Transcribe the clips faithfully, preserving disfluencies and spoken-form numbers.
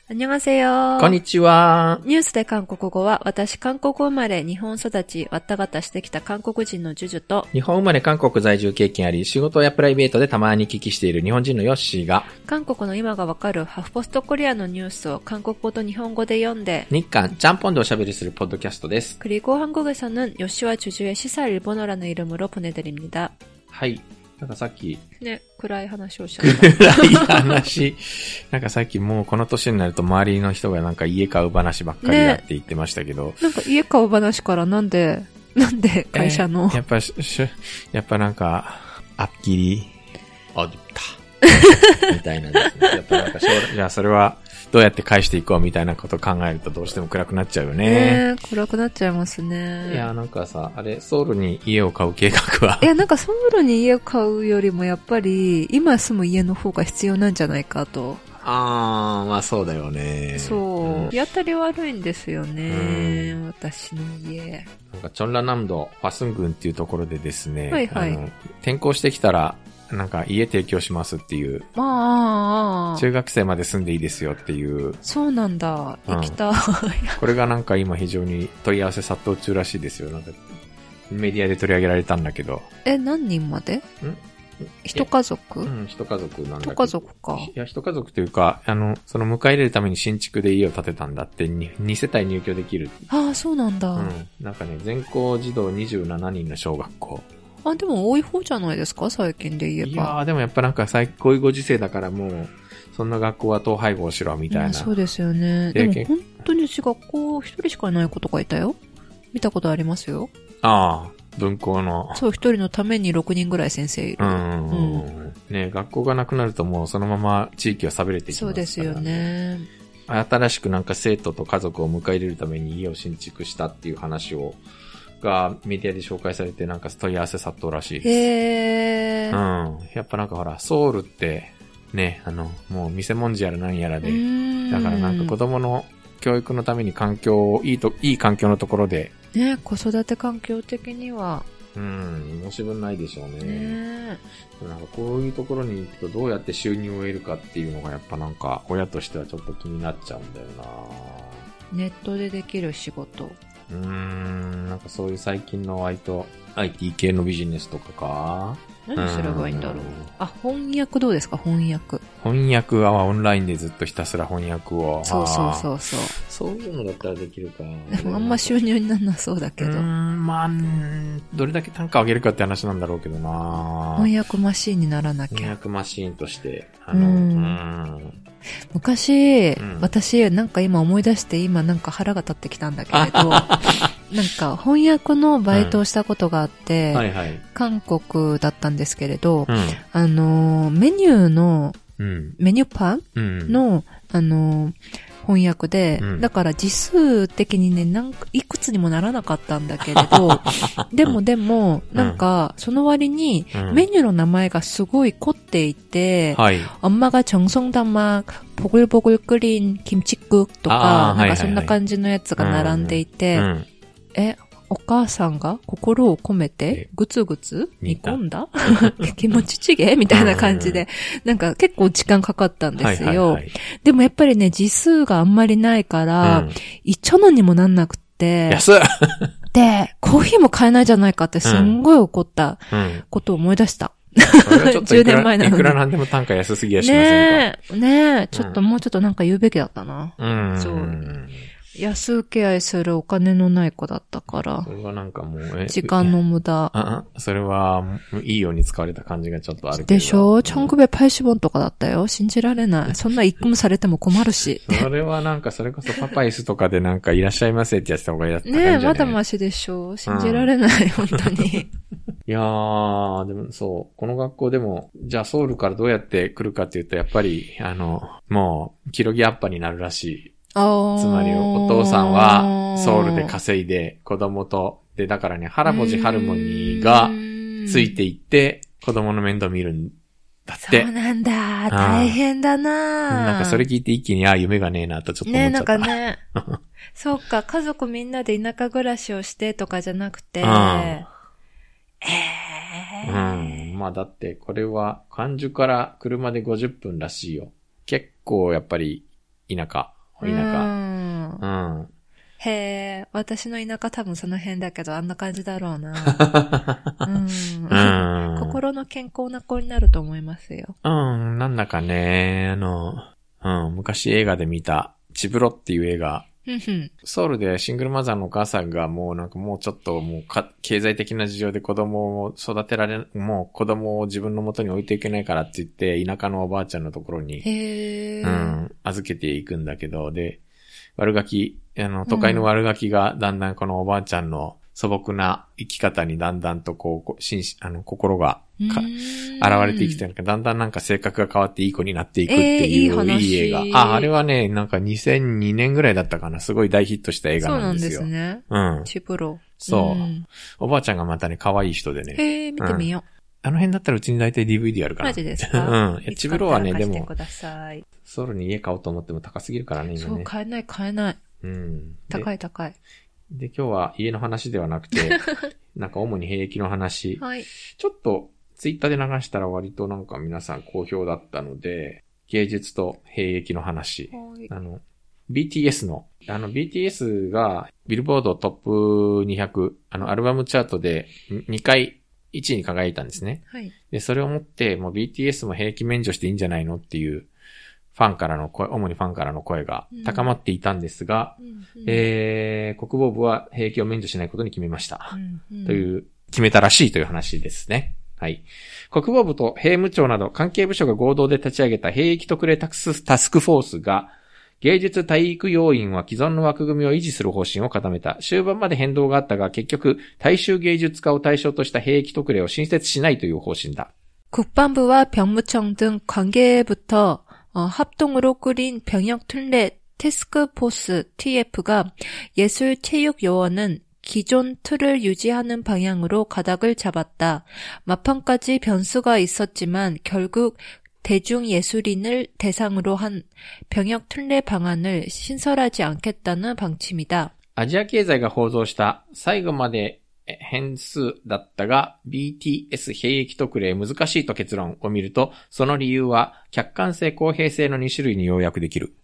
안녕하세요。 こんにちは。 ニュースで韓国語は、私韓国生まれ、日本育ち、わったがたしてきた韓国人のジュジュと、 日本生まれ韓国在住経験あり、仕事やプライベートでたまに聞きしている日本人のヨッシーが、 韓国の今がわかるハフポストコリアのニュースを韓国語と日本語で読んで、 日韓ちゃんぽんでおしゃべりするポッドキャストです。 그리고 한국에서는 요시와 주주의 시사 일본어라는 이름으로 보내드립니다。 はい。なんかさっき。 ね、暗い話をしちゃった。 暗い話。なんかさっきもうこの年になると周りの人がなんか家買う話ばっかりだって言ってましたけど。ね、 なんか家買う話からなんで、なんで会社の。 えー、やっぱし、やっぱなんか、アッキリ、あ、出た。みたいなですね。やっぱなんか将来、じゃあそれはどうやって返していこうみたいなことを考えるとどうしても暗くなっちゃうよね。 ね、暗くなっちゃいますね。 いや、なんかさ、あれ、ソウルに家を買う計画は。 いや、なんかソウルに家を買うよりもやっぱり、今住む家の方が必要なんじゃないかと。 あー、まあそうだよね。 そう。うん、日当たり悪いんですよね。うん、私の家。 なんか、チョンラナムド、ファスン郡っていうところでですね。 はいはい。 あの、転校してきたら、なんか家提供しますっていう。 まあ、 中学生まで住んでいいですよっていう。 そうなんだ。行きたい、うん。 これがなんか今非常に問い合わせ殺到中らしいですよ。なんかメディアで取り上げられたんだけど。 え、何人まで？ん？一家族？ うん、一家族なんだけど。 一家族か。 いや、一家族というか、あの、その迎え入れるために新築で家を建てたんだって、に、に世帯入居できる。 ああ、そうなんだ。 うん。なんかね、全校児童にじゅうななにんの小学校。 あ、でも多い方じゃないですか最近で言えば。 いやー、でもやっぱなんか最、こういうご時世だからもう、そんな学校は統廃合しろみたいな。うん、 そうですよね。でも本当にうち学校一人しかいない子とかいたよ。見たことありますよ。 ああ、分校の。 そう、一人のためにろくにんぐらい先生いる。 うん。うん、ね、学校がなくなるともうそのまま地域は寂れていきますから、ね。 そうですよね。 新しくなんか生徒と家族を迎え入れるために家を新築したっていう話を、がメディアで紹介されてなんか問い合わせ殺到らしいです。 へー。 うん。やっぱなんかほら、ソウルってね、あの、もう見せ物じやら何やらで、だからなんか子供の教育のために環境を、いいと、いい環境のところで。 ね、子育て環境的には。 うん、申し分ないでしょうね。 ね、 なんかこういうところに行くとどうやって収入を得るかっていうのがやっぱなんか親としてはちょっと気になっちゃうんだよな。 ネットでできる仕事。 うーん、なんかそういう最近の割と アイティー 系のビジネスとかか。 何すればいいんだろう。あ、翻訳どうですか翻訳。 翻訳はオンラインでずっとひたすら翻訳を。 そうそうそうそう。 そういうのだったらできるか。 でもあんま収入にならなそうだけど。うーん、まあ、どれだけ単価を上げるかって話なんだろうけどな。 翻訳マシーンにならなきゃ。 翻訳マシーンとして、あの、うーん昔、うん、私なんか今思い出して今なんか腹が立ってきたんだけれど、なんか翻訳のバイトをしたことがあって、うんはいはい、韓国だったんですけれど、うん、あの、メニューの、うん、メニューパンの、うん、あの、翻訳で、うん、だから字数的にね、なんか、いくつにもならなかったんだけれど、でもでも、なんか、その割に、メニューの名前がすごい凝っていて、はい、엄마가 정성담아 보글보글 끓인 김치국とか、なんかそんな感じのやつが並んでいて、うんうん、え、お母さんが心を込めてぐつぐつ煮込んだ気持ちちげみたいな感じで、なんか結構時間かかったんですよ。はいはいはい、でもやっぱりね、字数があんまりないから、うん、一のにもなんなくて、 安っで、コーヒーも買えないじゃないかってすんごい怒ったことを思い出した。 うん、じゅうねんまえなのに。いくらなんでも単価安すぎやしませんか。 ねえ、ねえ、ちょっともうちょっとなんか言うべきだったな。 うん。 そう。安請け合いするお金のない子だったから。 それはなんかもう、え時間の無駄。 あ、それは、いいように使われた感じがちょっとあるけど。 でしょ ?せんきゅうひゃくはちじゅうウォンとかだったよ。信じられない。そんな一組されても困るし。 それはなんか、それこそパパイスとかでなんかいらっしゃいませってやつた方がやった感じじゃない？ ねえ、まだマシでしょ信じられない、うん、本当に。 いやー、でもそう、この学校でも、じゃあソウルからどうやって来るかって言うと、やっぱり、あの、もう、キロギアッパになるらしい。つまりお父さんはソウルで稼いで子供と、で、だからね、ハラボジハルモニーがついていって子供の面倒見るんだって。 そうなんだ。大変だな。 なんかそれ聞いて一気に、ああ、夢がねえなとちょっと思っちゃった。 ねえ、なんかね。そうか、家族みんなで田舎暮らしをしてとかじゃなくて、うん、えー、うん。まあだってこれは、関樹から車でごじゅっぷんらしいよ。結構やっぱり田舎。 田舎。うん。うん。 へー、私の田舎多分その辺だけど、あんな感じだろうな。うん、うん。心の健康な子になると思いますよ。 うん、なんだかね、あの、うん、昔映画で見た、チブロっていう映画。ソウルでシングルマザーのお母さんがもうなんかもうちょっともうか経済的な事情で子供を育てられ、もう子供を自分の元に置いていけないからって言って田舎のおばあちゃんのところに、うん、預けていくんだけど、で、悪ガキ、あの、都会の悪ガキがだんだんこのおばあちゃんの素朴な生き方にだんだんとこう、心あの、心がか現れていくというか、だんだんなんか性格が変わっていい子になっていくっていう、えー、いい映画。あ、あれはね、なんかにせんにねんぐらいだったかな。すごい大ヒットした映画なんですよ。 そうなんですね。 うん。 チブロ。 そう。うん、おばあちゃんがまたね、可愛い人でね。 へえ、見てみよう、うん。 あの辺だったらうちに大体 ディーブイディー あるから。 マジですかうん。チブロはね、でも、 ソウルに家買おうと思っても高すぎるからね、今ね。 そう、買えない買えない。 うん。 高い高い。 で、今日は家の話ではなくて、なんか主に兵役の話。 はい。 ちょっと、ツイッターで流したら割となんか皆さん好評だったので、芸術と兵役の話。 はい。 あの、ビーティーエス の、あの ビーティーエス がビルボードトップにひゃく、あのアルバムチャートでにかいいちいに輝いたんですね。 はい。 で、それをもって、もう ビーティーエス も兵役免除していいんじゃないのっていうファンからの声、主にファンからの声が高まっていたんですが、うんうん、えー、国防部は兵役を免除しないことに決めました。うんうん、という、決めたらしいという話ですね。はい。国防部と兵務庁など関係部署が合同で立ち上げた兵役特例タスクフォースが、芸術体育要員は既存の枠組みを維持する方針を固めた。終盤まで変動があったが、結局、大衆芸術家を対象とした兵役特例を新設しないという方針だ。 국방부와 병무청 등 관계부터 어, 합동으로 꾸린 병역특례 태스크포스 티에프가 예술체육요원은 기존 틀을 유지하는 방향으로 가닥을 잡았다. 막판까지 변수가 있었지만 결국 대중예술인을 대상으로 한 병역특례 방안을 신설하지 않겠다는 방침이다. アジア経済が報道した最後まで変数だったが ビーティーエス 兵役特例難しいと結論を見るとその理由は客観性公平性のに種類に要約できる。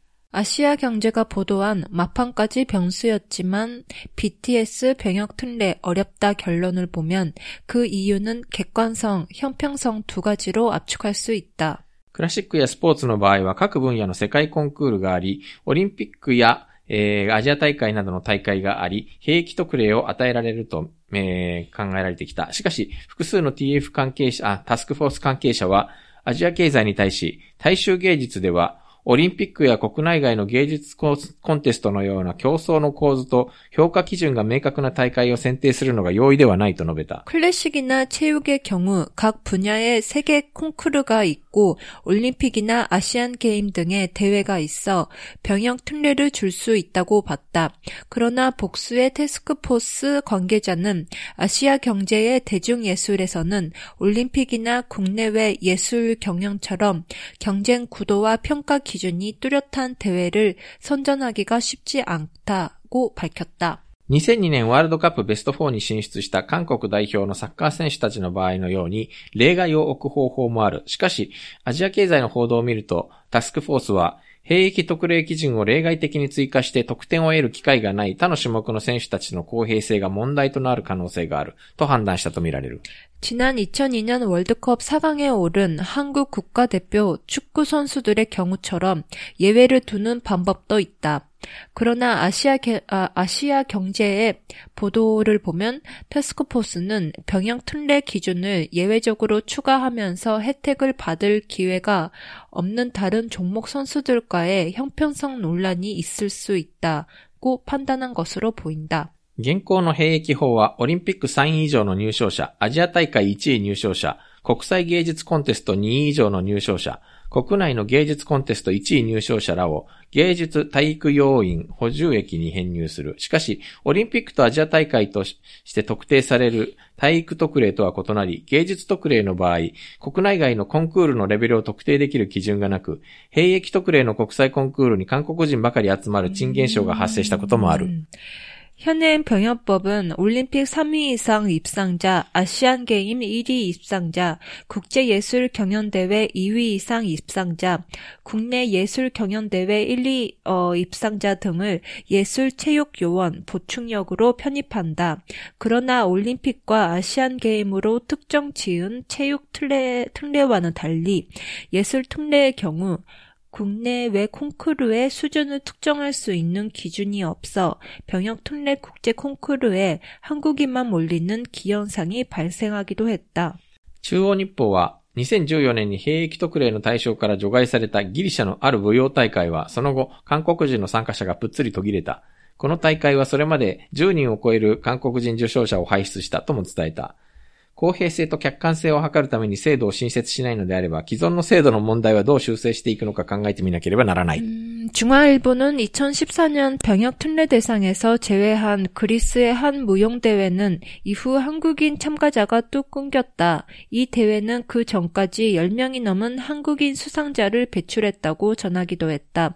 아시아경제가 보도한 막판까지 변수였지만 비티에스 병역 특례 어렵다 결론을 보면 그 이유는 객관성, 형평성 두 가지로 압축할 수 있다. クラシックやスポーツの場合は各分野の世界コンクールがあり、オリンピックやえー、アジア大会などの大会があり、兵役特例を与えられると、えー、考えられてきた。しかし、複数の ティーエフ 関係者、あ、タスクフォース関係者は、アジア経済に対し、大衆芸術では、オリンピックや国内外の芸術コンテストのような競争の構図と評価基準が明確な大会を選定するのが容易ではないと述べた。 클래식이나 체육의 경우 각 분야의 세계 콩쿠르가 있고 올림픽이나 아시안 게임 등의 대회가 있어 병역 특례를 줄 수 있다고 봤다. 그러나 복수의 태스크포스 관계자는 아시아 경제의 대중예술에서는 올림픽이나 국내외 예술 경영처럼 경쟁 구도와 평가 기준이 뚜렷한 대회를 선전하기가 쉽지 않다고 밝혔다. にせんにねんワールドカップベストフォーに進出した韓国代表のサッカー選手たちの場合のように例外を置く方法もある。しかし、アジア経済の報道を見ると、タスクフォースは兵役特例基準を例外的に追加して得点を得る機会がない他の種目の選手たちの公平性が問題となる可能性があると判断したとみられる。 지난 이천이 년 월드컵 사 강에 오른 한국 국가대표 축구 선수들의 경우처럼 예외를 두는 방법도 있다. 그러나 아시아, 게, 아, 아시아 경제의 보도를 보면 태스크포스는 병역 특례 기준을 예외적으로 추가하면서 혜택을 받을 기회가 없는 다른 종목 선수들과의 형평성 논란이 있을 수 있다고 판단한 것으로 보인다. 現行の兵役法はオリンピックさんい以上の入賞者、アジア大会いちい入賞者、国際芸術コンテストにい以上の入賞者、国内の芸術コンテストいちい入賞者らを芸術体育要員補充役に編入する。しかし、オリンピックとアジア大会として特定される体育特例とは異なり、芸術特例の場合、国内外のコンクールのレベルを特定できる基準がなく、兵役特例の国際コンクールに韓国人ばかり集まる珍現象が発生したこともある。 현행 병역법은 올림픽 삼 위 이상 입상자, 아시안게임 일 위 입상자, 국제예술경연대회 이 위 이상 입상자, 국내 예술경연대회 일 위 어, 입상자 등을 예술체육요원 보충역으로 편입한다. 그러나 올림픽과 아시안게임으로 특정 지은 체육 특례, 특례와는 달리 예술 특례의 경우 국내외 콩쿠르의 수준을 특정할 수 있는 기준이 없어 병역 특례 국제 콩쿠르에 한국인만 몰리는 기현상이 발생하기도 했다. 中央日報はにせんじゅうよねんに兵役特例の対象から除外されたギリシャのある舞踊大会はその後韓国人の参加者がぷっつり途切れた。この大会はそれまでじゅうにんを超える韓国人受賞者を輩出したとも伝えた。公平性と客観性を図るために制度を新設しないのであれば既存の制度の問題はどう修正していくのか考えてみなければならない。 음, 중화일보는 이천십사 년 병역 특례 대상에서 제외한 그리스의 한 무용대회는 이후 한국인 참가자가 뚝 끊겼다. 이 대회는 그 전까지 열 명이 넘은 한국인 수상자를 배출했다고 전하기도 했다.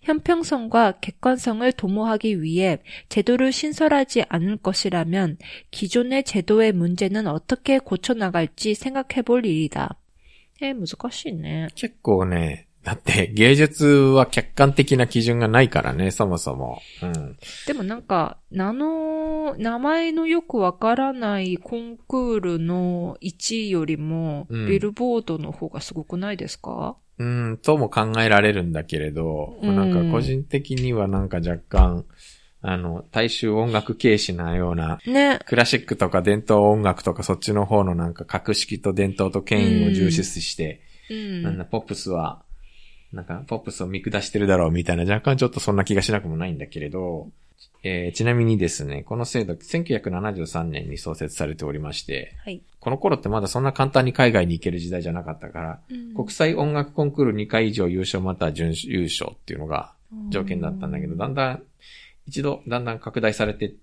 형평성과 객관성을 도모하기 위해 제도를 신설하지 않을 것이라면 기존의 제도의 문제는 어떻게 고쳐나갈지 생각해볼 일이다. 에, 難しいね。 結構ね、だって芸術は客観的な基準がないからね、そもそも。うん。 でもなんか、名の、名前のよくわからないコンクールのいちいよりも、うん、ビルボードの方がすごくないですか？ うん、とも考えられるんだけれど、うん、なんか個人的にはなんか若干、あの、大衆音楽軽視なような、ね。クラシックとか伝統音楽とかそっちの方のなんか格式と伝統と権威を重視して、うん、なんだ、ポップスは、なんか、ポップスを見下してるだろうみたいな若干ちょっとそんな気がしなくもないんだけれど、えー、ちなみにですね、この制度、せんきゅうひゃくななじゅうさんねんに創設されておりまして、はい、この頃ってまだそんな簡単に海外に行ける時代じゃなかったから、うん、国際音楽コンクールにかい以上優勝または準優勝っていうのが条件だったんだけど、だんだん、一度だんだん拡大されてって、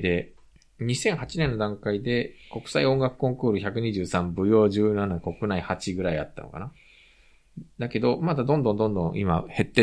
で、にせんはちねんの段階で国際音楽コンクールひゃくにじゅうさん、舞踊じゅうなな、国内はちぐらいあったのかな。だけど、まだどんどんどんどん今減ってって、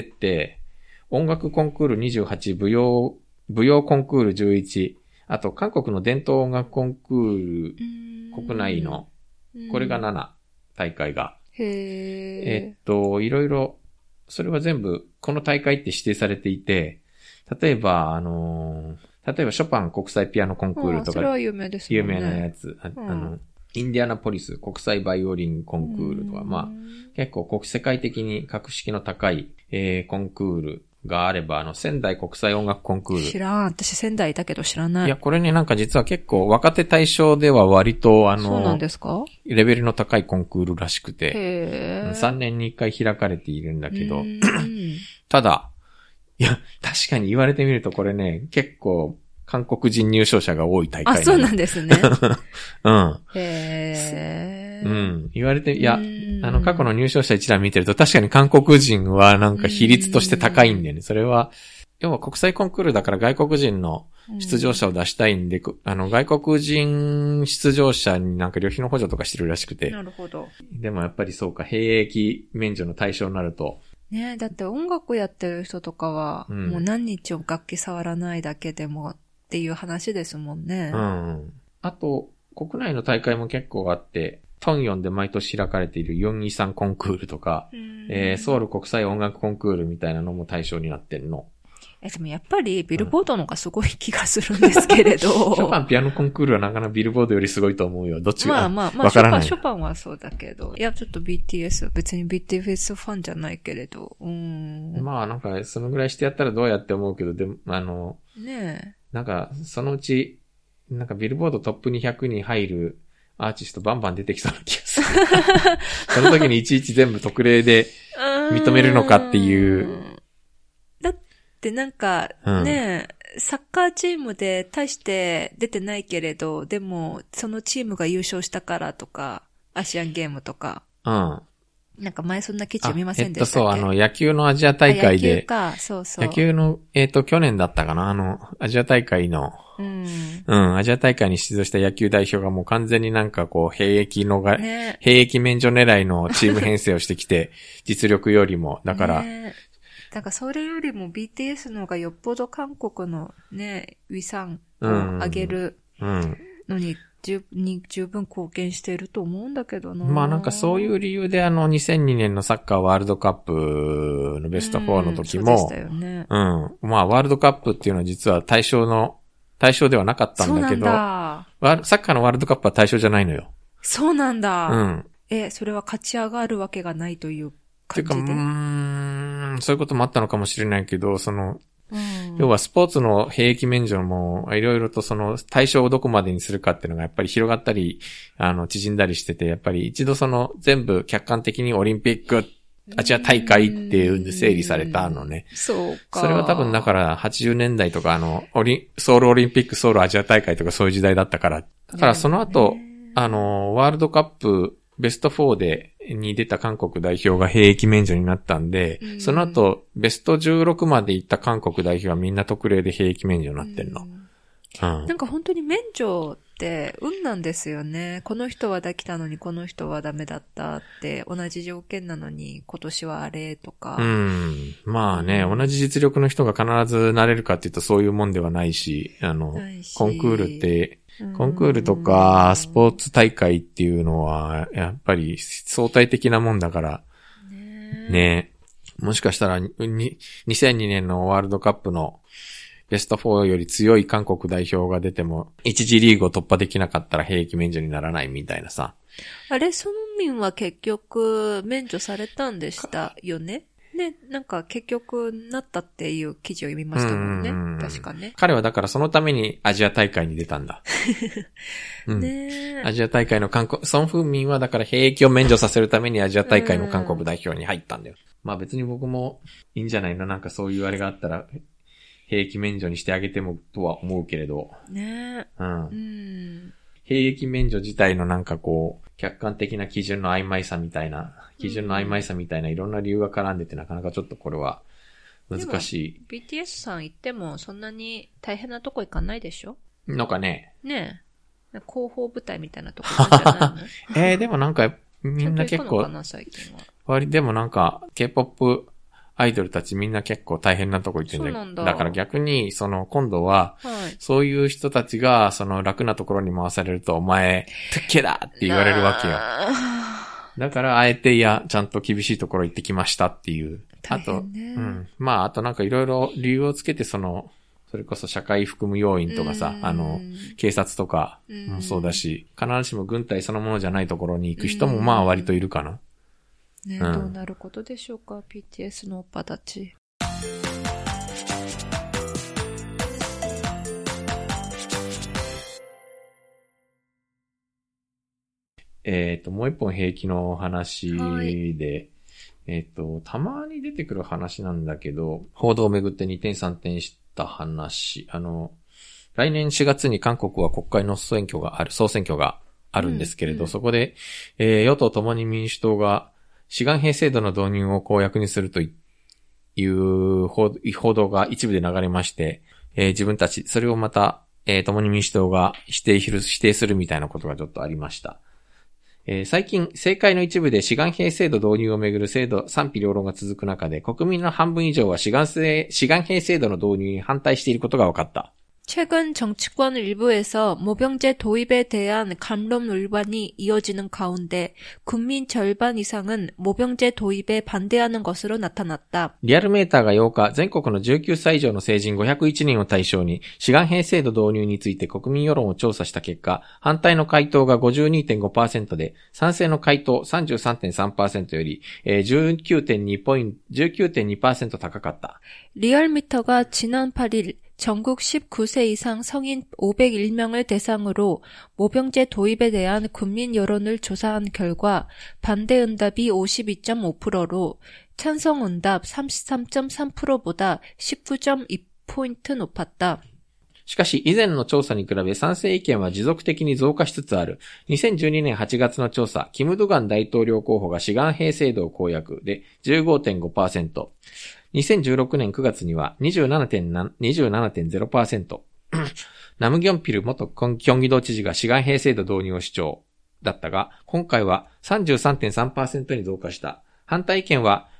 音楽コンクールにじゅうはち、舞踊、舞踊コンクールじゅういち、あと韓国の伝統音楽コンクール、国内の、これがなな大会が。へー。えっと、いろいろ、それは全部この大会って指定されていて、例えば、あのー、例えばショパン国際ピアノコンクールとか、それは有名ですね。有名なやつ、あ、うん、あの、インディアナポリス国際バイオリンコンクールとか、まあ、結構国世界的に格式の高い、えー、コンクールがあれば、あの、仙台国際音楽コンクール。 知らん。私仙台だけど知らない。 いや、これね、なんか実は結構若手対象では割と、あの、 そうなんですか？ レベルの高いコンクールらしくて、へー。さんねんにいっかい開かれているんだけど、ただ、いや、確かに言われてみるとこれね、結構、韓国人入賞者が多い大会な。 あ、そうなんですね。 うん。 へー。 うん。言われて、いや、あの、過去の入賞者一覧見てると、確かに韓国人はなんか比率として高いんだよね。それは、要は国際コンクールだから外国人の出場者を出したいんで、あの、外国人出場者になんか旅費の補助とかしてるらしくて。 なるほど。 でもやっぱりそうか、兵役免除の対象になると、 ねえ、だって音楽やってる人とかは、うん、もう何日を楽器触らないだけでもっていう話ですもんね。 うん。あと、国内の大会も結構あって、トンヨンで毎年開かれているヨンイサンコンクールとか、えー、ソウル国際音楽コンクールみたいなのも対象になってんの。 え、でもやっぱりビルボードの方がすごい気がするんですけれど。 うん、ショパンピアノコンクールはなかなかビルボードよりすごいと思うよ。どっちがまあまあまあ、 ショパン、ショパンはそうだけど。いや、ちょっと ビーティーエス、別に ビーティーエス ファンじゃないけれど。うーん。 まあなんか、そのぐらいしてやったらどうやって思うけど、でも、あの、ねえ。なんか、そのうち、なんかビルボードトップにひゃくに入るアーティストバンバン出てきそうな気がする。その時にいちいち全部特例で認めるのかっていう。 だってなんか、ねえ、うん、サッカーチームで大して出てないけれど、でもそのチームが優勝したからとか、アジアンゲームとか。うん。なんか前そんな記事読みませんでしたっけ？ えっとそう、あの、野球のアジア大会で。 野球か、そうそう。 野球の、えっと、去年だったかな、あの、アジア大会の、うん。うん、アジア大会に出場した野球代表がもう完全になんかこう、兵役のが、ね、兵役免除狙いのチーム編成をしてきて、実力よりも、だから、ね、 なんかそれよりも ビーティーエス の方がよっぽど韓国のね、ウィサンを上げるのに十、に十分貢献していると思うんだけどな。 まあなんかそういう理由であのにせんにねんのサッカーワールドカップのベストフォーの時も、うん、そうでしたよね。うん。まあワールドカップっていうのは実は対象の、対象ではなかったんだけど、そうなんだ。サッカーのワールドカップは対象じゃないのよ。 そうなんだ。 うん。 え、それは勝ち上がるわけがないという感じで。 てか、うーん、そういうこともあったのかもしれないけど、その、うん、要はスポーツの兵役免除もいろいろとその対象をどこまでにするかっていうのがやっぱり広がったり、あの、縮んだりしてて、やっぱり一度その全部客観的にオリンピック、アジア大会っていうんで整理されたのね。 そうか。 それは多分だからはちじゅうねんだいとかあの、オリ、ソウルオリンピック、ソウルアジア大会とかそういう時代だったから。だからその後、あの、ワールドカップベストフォーで、に出た韓国代表が兵役免除になったんで、うん、その後、ベストじゅうろくまで行った韓国代表はみんな特例で兵役免除になってんの。うんうん、なんか本当に免除って運なんですよね。この人はできたのにこの人はダメだったって、同じ条件なのに今年はあれとか。 うん。まあね、うん、同じ実力の人が必ずなれるかっていうとそういうもんではないし、あの、コンクールって、コンクールとかスポーツ大会っていうのはやっぱり相対的なもんだからね、ねもしかしたらにせんにねんのワールドカップのベストフォーより強い韓国代表が出ても一次リーグを突破できなかったら兵役免除にならないみたいなさ。 あれ、ソンミンは結局免除されたんでしたよね。ね、なんか結局なったっていう記事を読みましたもんね。ん確かね。 彼はだからそのためにアジア大会に出たんだ。うん、ねアジア大会の韓国、ソン・フンミンはだから兵役を免除させるためにアジア大会の韓国代表に入ったんだよ。まあ別に僕もいいんじゃないのなんかそういうあれがあったら兵役免除にしてあげてもとは思うけれど。 ねうん。 うん兵役免除自体のなんかこう、客観的な基準の曖昧さみたいな、基準の曖昧さみたいないろんな理由が絡んでてなかなかちょっとこれは難しい。 ビーティーエス さん行ってもそんなに大変なとこ行かないでしょのかね。 ねえ。広報部隊みたいなとこ行くんじゃないのえー、でもなんかみんな結構、 かな最近は割でもなんか K-ポップアイドルたちみんな結構大変なとこ行ってんだよ。だから逆に、その、今度は、はい、そういう人たちが、その楽なところに回されると、お前、トゥッケだって言われるわけよ。だから、あえて、いや、ちゃんと厳しいところ行ってきましたっていう。あと、うん。まあ、あとなんかいろいろ理由をつけて、その、それこそ社会含む要員とかさ、あの、警察とかもそうだし、必ずしも軍隊そのものじゃないところに行く人もまあ割といるかな。 ね、うん、どうなることでしょうか ビーティーエス のおっぱたち。 えっと、もう一本兵役の話で、はい、えっと、たまに出てくる話なんだけど、報道をめぐって二転三転した話。あの、来年しがつに韓国は国会の選挙がある、総選挙があるんですけれど、うんうん、そこで、えー、与党共に民主党が志願兵制度の導入を公約にするという報道が一部で流れまして、えー、自分たち、それをまた、えー、共に民主党が否定する、否定するみたいなことがちょっとありました。えー、最近、政界の一部で志願兵制度導入をめぐる制度賛否両論が続く中で、国民の半分以上は志願制、志願兵制度の導入に反対していることが分かった。 최근 정치권 일부에서 모병제 도입에 대한 감론 논란이 이어지는 가운데 국민 절반 이상은 모병제 도입에 반대하는 것으로 나타났다. リアルメーターがようか、全国のじゅうきゅうさい以上の成人ごひゃくいちにんを対象に、志願兵制度導入について国民世論を調査した結果、反対の回答が ごじゅうにてんごパーセント で、賛成の回答 さんじゅうさんてんさんパーセント より、えー、じゅうきゅうてんにポイント、じゅうきゅうてんにパーセント 高かった。 리얼미터가 지난 팔 일 전국 십구 세 이상 성인 오백일 명을 대상으로 모병제 도입에 대한 국민 여론을 조사한 결과 반대 응답이 오십이 점 오 퍼센트로 찬성 응답 삼십삼 점 삼 퍼센트보다 십구 점 이 포인트 높았다. しかし、以前の調査に比べ賛成意見は持続的に増加しつつある。にせんじゅうにねんはちがつの調査、キム・ドガン大統領候補が志願兵制度を公約で じゅうごてんごパーセント。にせんじゅうろくねんくがつには にじゅうななてんゼロパーセント。ナムギョンピル元キョンギ道知事が志願兵制度導入を主張だったが、今回は さんじゅうさんてんさんパーセント に増加した。反対意見は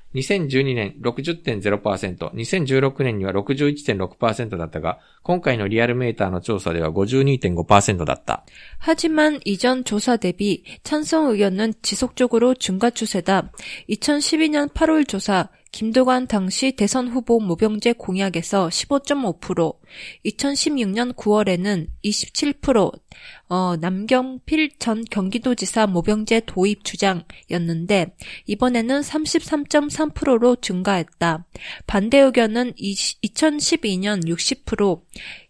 にせんじゅうにねん ろくじゅってんゼロパーセント、にせんじゅうろくねんには ろくじゅういちてんろくパーセント だったが、今回のリアルメーターの調査では ごじゅうにてんごパーセント だった。 하지만 이전 조사 대비 찬성 의견은 지속적으로 증가 추세다. 이천십이 년 팔월 조사 김두관 당시 대선 후보 모병제 공약에서 십오 점 오 퍼센트, 이천십육 년 구월에는 이십칠 퍼센트, 어, 남경필 전 경기도지사 모병제 도입 주장이었는데 이번에는 삼십삼 점 삼 퍼센트로 증가했다. 반대 의견은 이천십이 년 육십 퍼센트,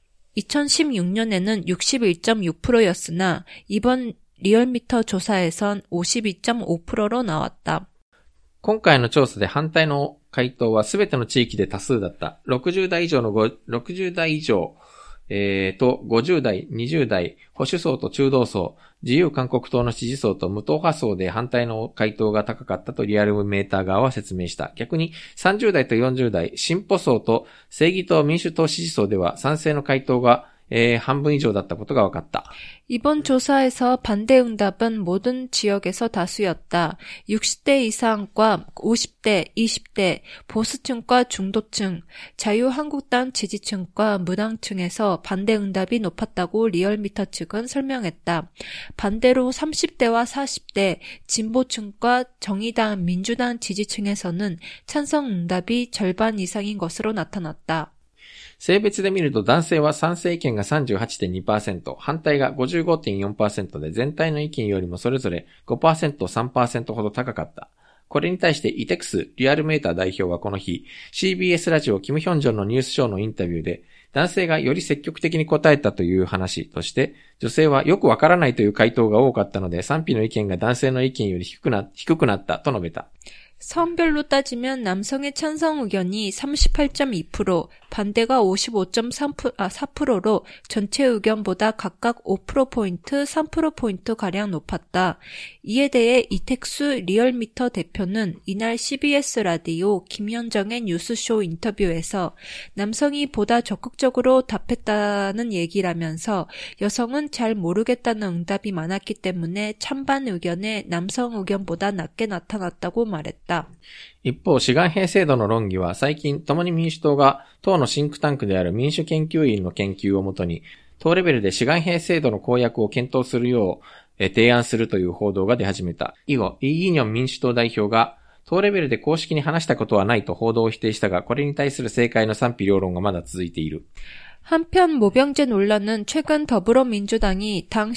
이천십육 년에는 육십일 점 육 퍼센트였으나 이번 리얼미터 조사에선 오십이 점 오 퍼센트로 나왔다. 今回の調査で反対の回答はすべての地域で多数だった。ろくじゅう代以上のろくじゅう代以上、えー、とごじゅう代、にじゅう代、保守層と中道層、自由韓国党の支持層と無党派層で反対の回答が高かったとリアルメーター側は説明した。逆にさんじゅう代とよんじゅう代、進歩層と正義党民主党支持層では賛成の回答が에, 한분以上だったことが分かった. 이번 조사에서 반대 응답은 모든 지역에서 다수였다. 육십 대 이상과 오십 대, 이십 대, 보수층과 중도층, 자유한국당 지지층과 무당층에서 반대 응답이 높았다고 리얼미터 측은 설명했다. 반대로 삼십 대와 사십 대, 진보층과 정의당, 민주당 지지층에서는 찬성 응답이 절반 이상인 것으로 나타났다. 性別で見ると男性は賛成意見が さんじゅうはちてんにパーセント、反対が ごじゅうごてんよんパーセント で全体の意見よりもそれぞれ ごパーセント、さんパーセント ほど高かった。これに対してイテクスリアルメーター代表はこの日 シービーエス ラジオキムヒョンジョンのニュースショーのインタビューで男性がより積極的に答えたという話として女性はよくわからないという回答が多かったので賛否の意見が男性の意見より低くな、低くなったと述べた。 성별로 따지면 남성의 찬성 의견이 삼십팔 점 이 퍼센트, 반대가 오십오 점 사 퍼센트로 전체 의견보다 각각 오 퍼센트포인트, 삼 퍼센트포인트가량 높았다. 이에 대해 이택수 리얼미터 대표는 이날 씨비에스 라디오 김현정의 뉴스쇼 인터뷰에서 남성이 보다 적극적으로 답했다는 얘기라면서 여성은 잘 모르겠다는 응답이 많았기 때문에 찬반 의견에 남성 의견보다 낮게 나타났다고 말했다. 一方、志願兵制度の論議は最近、共に民主党が党のシンクタンクである民主研究員の研究をもとに、党レベルで志願兵制度の公約を検討するよう提案するという報道が出始めた。以後、イ・イニョン民主党代表が、党レベルで公式に話したことはないと報道を否定したが、これに対する政界の賛否両論がまだ続いている。 한편 모병제 논란은 최근 더불어민주당이 당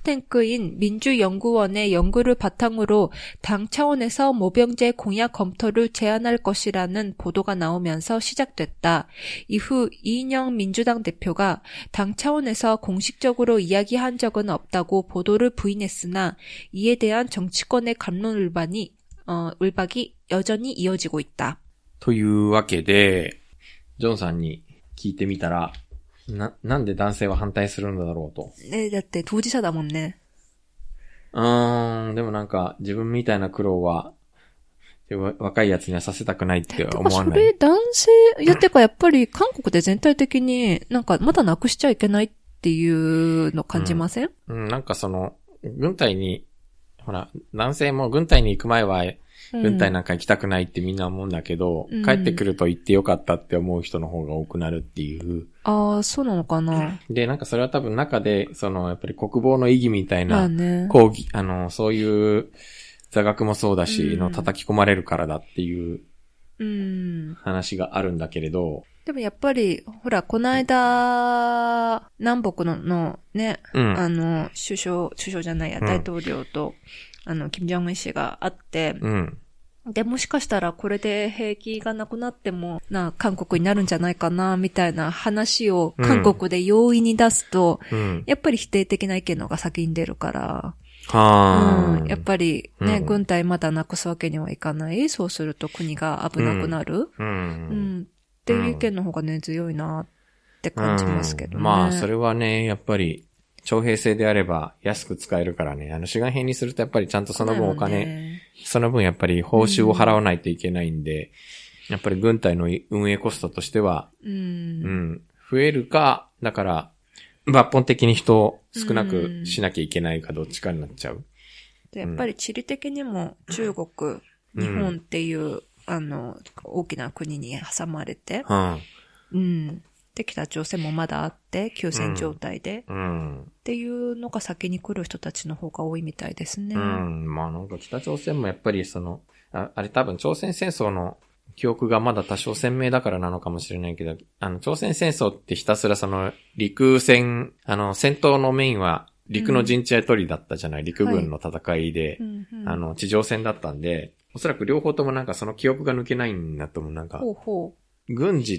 싱크탱크인 민주연구원의 연구를 바탕으로 당 차원에서 모병제 공약 검토를 제안할 것이라는 보도가 나오면서 시작됐다. 이후 이인영 민주당 대표가 당 차원에서 공식적으로 이야기한 적은 없다고 보도를 부인했으나 이에 대한 정치권의 갑론을박이 어, 울박이 여전히 이어지고 있다. というわけで、ジョンさんに聞いてみたら、な、なんで男性は反対するんだろうと。 ね、だって当事者だもんね。 うーん、でもなんか自分みたいな苦労は、若いやつにはさせたくないって思わない。 それ男性、いやてかやっぱり韓国で全体的になんかまだなくしちゃいけないっていうの感じません？ うん、うん、なんかその、軍隊に、ほら、男性も軍隊に行く前は、軍隊なんか行きたくないってみんな思うんだけど、うん、帰ってくると行ってよかったって思う人の方が多くなるっていう。 ああ、そうなのかな。 で、なんかそれは多分中で、その、やっぱり国防の意義みたいな、講義、あの、そういう座学もそうだし、うん、の叩き込まれるからだっていう話があるんだけれど、 でもやっぱり、ほら、この間、南北の、のね、うん、あの、首相、首相じゃないや、大統領と、うん、あの、金正恩氏があって、うん、で、もしかしたらこれで兵器がなくなっても、な、韓国になるんじゃないかな、みたいな話を韓国で容易に出すと、うん、やっぱり否定的な意見の方が先に出るから、はうん、やっぱりね、うん、軍隊まだなくすわけにはいかない。そうすると国が危なくなる。うん。うんっていう意見の方がね、強いなって感じますけどね。 うん、まあ、それはね、やっぱり、徴兵制であれば安く使えるからね、あの、志願兵にするとやっぱりちゃんとその分お金、ね、その分やっぱり報酬を払わないといけないんで、うん、やっぱり軍隊の運営コストとしては、うん、うん、増えるか、だから、抜本的に人を少なくしなきゃいけないかどっちかになっちゃう。 でやっぱり地理的にも中国、うん、日本っていう、 あの、大きな国に挟まれて、 うん。 うん。で、北朝鮮もまだあって、休戦状態で、 うん。 っていうのが先に来る人たちの方が多いみたいですね。 うん。まあなんか北朝鮮もやっぱりその、あ, あれ多分朝鮮戦争の記憶がまだ多少鮮明だからなのかもしれないけど、あの、朝鮮戦争ってひたすらその、陸戦、あの、戦闘のメインは陸の陣地取りだったじゃない、うん、陸軍の戦いで、はいうんうん、あの、地上戦だったんで、おそらく両方ともなんかその記憶が抜けないんだと思う。なんか、 ほうほう軍事って、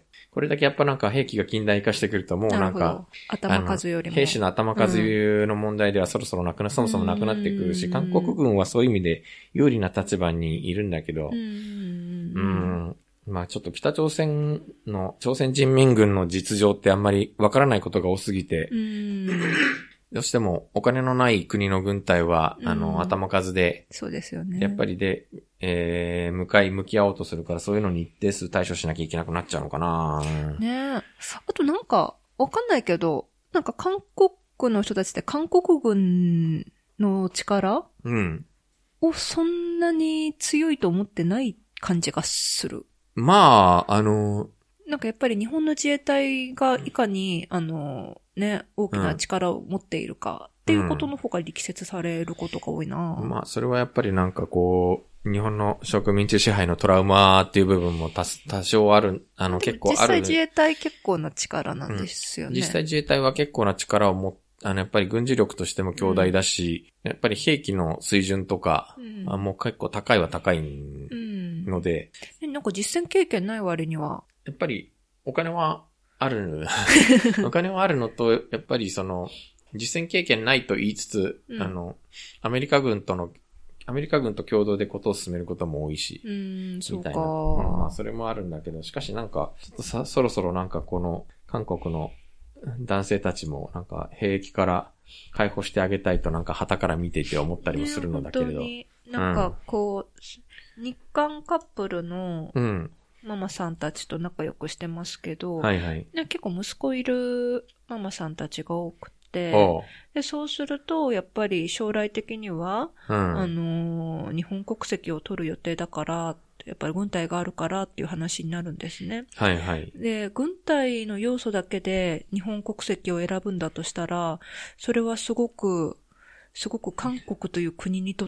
これだけやっぱなんか兵器が近代化してくるともうなんか、 頭数よりも。 兵士の頭数の問題ではそろそろなくな、うん、そもそもなくなってくるし、韓国軍はそういう意味で有利な立場にいるんだけど、うん、うんまあちょっと北朝鮮の、朝鮮人民軍の実情ってあんまりわからないことが多すぎて、うんどうしてもお金のない国の軍隊は、あの、うん、頭数で、 そうですよね。 やっぱりで、えー、向かい向き合おうとするからそういうのに一定数対処しなきゃいけなくなっちゃうのかなねえ。あとなんか、わかんないけど、なんか韓国の人たちって韓国軍の力うん。をそんなに強いと思ってない感じがする。 まあ、あの、 なんかやっぱり日本の自衛隊がいかに、あの、ね、大きな力を持っているかっていうことの方が力説されることが多いな、 うん、まあ、それはやっぱりなんかこう、日本の植民地支配のトラウマっていう部分も多少ある、あの結構ある。実際自衛隊結構な力なんですよね。 うん、実際自衛隊は結構な力を持って、あの、やっぱり軍事力としても強大だし、うん、やっぱり兵器の水準とか、うん、あもう結構高いは高いので、 うん、なんか実戦経験ない割には、 やっぱりお金はある。お金はあるのと、やっぱりその、実戦経験ないと言いつつ、うん、あの、アメリカ軍との、アメリカ軍と共同でことを進めることも多いし、 うん、 みたいな。 そうか、 うん。まあ、それもあるんだけど、しかしなんか、ちょっとさ、そろそろなんかこの、韓国の男性たちもなんか兵役から解放してあげたいとなんか旗から見ていて思ったりもするのだけれど。 ね、なんかこう、うん、日韓カップルの、うんママさんたちと仲良くしてますけど、 はいはいね、結構息子いるママさんたちが多くて、でそうすると、やっぱり将来的には、うん、あのー、日本国籍を取る予定だから、やっぱり軍隊があるからっていう話になるんですね。 はいはい。 で、軍隊の要素だけで日本国籍を選ぶんだとしたら、それはすごく、すごく韓国という国にとって、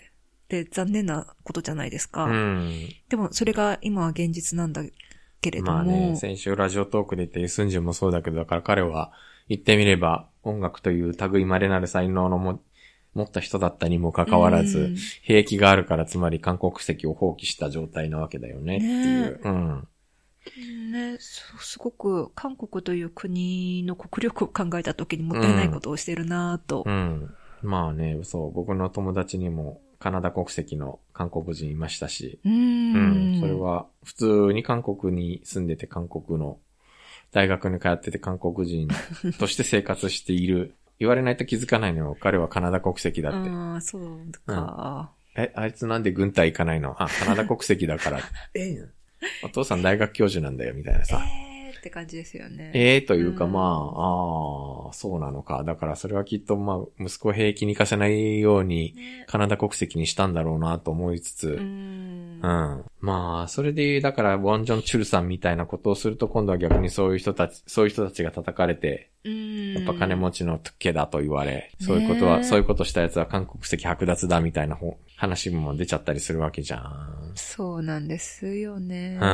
で残念なことじゃないですか。うん、でもそれが今は現実なんだけれども。まあね、 先週ラジオトークで言ったユスンジュンもそうだけど、だから彼は言ってみれば音楽という類まれなる才能のも持った人だったにもかかわらず、うん、兵役があるからつまり韓国籍を放棄した状態なわけだよねっていう。ねうん。 ね、すごく韓国という国の国力を考えたときにもったいないことをしてるなぁと、 うん。うん。まあね、そう、僕の友達にもカナダ国籍の韓国人いましたし、 うん、 うん。それは普通に韓国に住んでて韓国の大学に通ってて韓国人として生活している。言われないと気づかないのよ。彼はカナダ国籍だって。 ああ、そうか、 うん。え、あいつなんで軍隊行かないのあ、カナダ国籍だから。えお父さん大学教授なんだよ、みたいなさ。 えーって感じですよね。 ええー、というか、まあ、ああ、そうなのか。だからそれはきっと、まあ、息子を兵役に行かせないように、カナダ国籍にしたんだろうなと思いつつ、うん、うん。まあ、それで、だから、ウォンジョンチュルさんみたいなことをすると、今度は逆にそういう人たち、そういう人たちが叩かれて、うん、やっぱ金持ちの家だと言われ、そういうことは、そういうことしたやつは韓国籍剥奪だみたいな話も出ちゃったりするわけじゃん。 そうなんですよね。うん。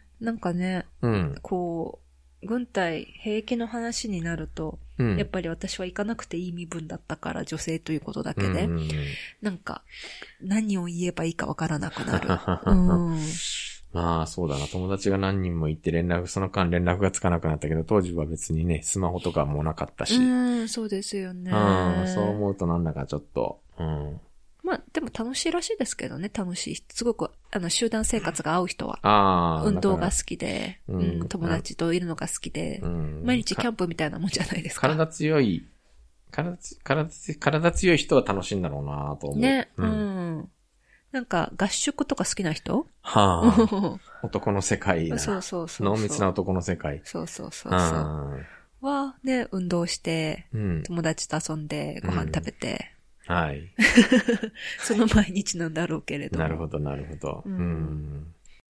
なんかね、うん、こう、軍隊、兵役の話になると、うん、やっぱり私は行かなくていい身分だったから、女性ということだけで、うんうんうん、なんか、何を言えばいいかわからなくなる。うん、 まあ、そうだな。友達が何人も行って連絡、その間連絡がつかなくなったけど、当時は別にね、スマホとかもなかったし。 うん、そうですよね。 うん、そう思うとなんだかちょっと、うん。 まあ、でも楽しいらしいですけどね、楽しい。すごく、あの、集団生活が合う人は。 ああ。 運動が好きで、うん、友達といるのが好きで、うん、毎日キャンプみたいなもんじゃないですか。 体強い、体、体、体強い人は楽しいんだろうなと思う。 ね、うん、うん。なんか、合宿とか好きな人はあ。男の世界だ。 そうそうそう。 濃密な男の世界。 そうそうそうそう。は、ね、運動して、うん、友達と遊んで、ご飯食べて、 はい。 その毎日なんだろうけれど。 なるほど、なるほど。うん。うん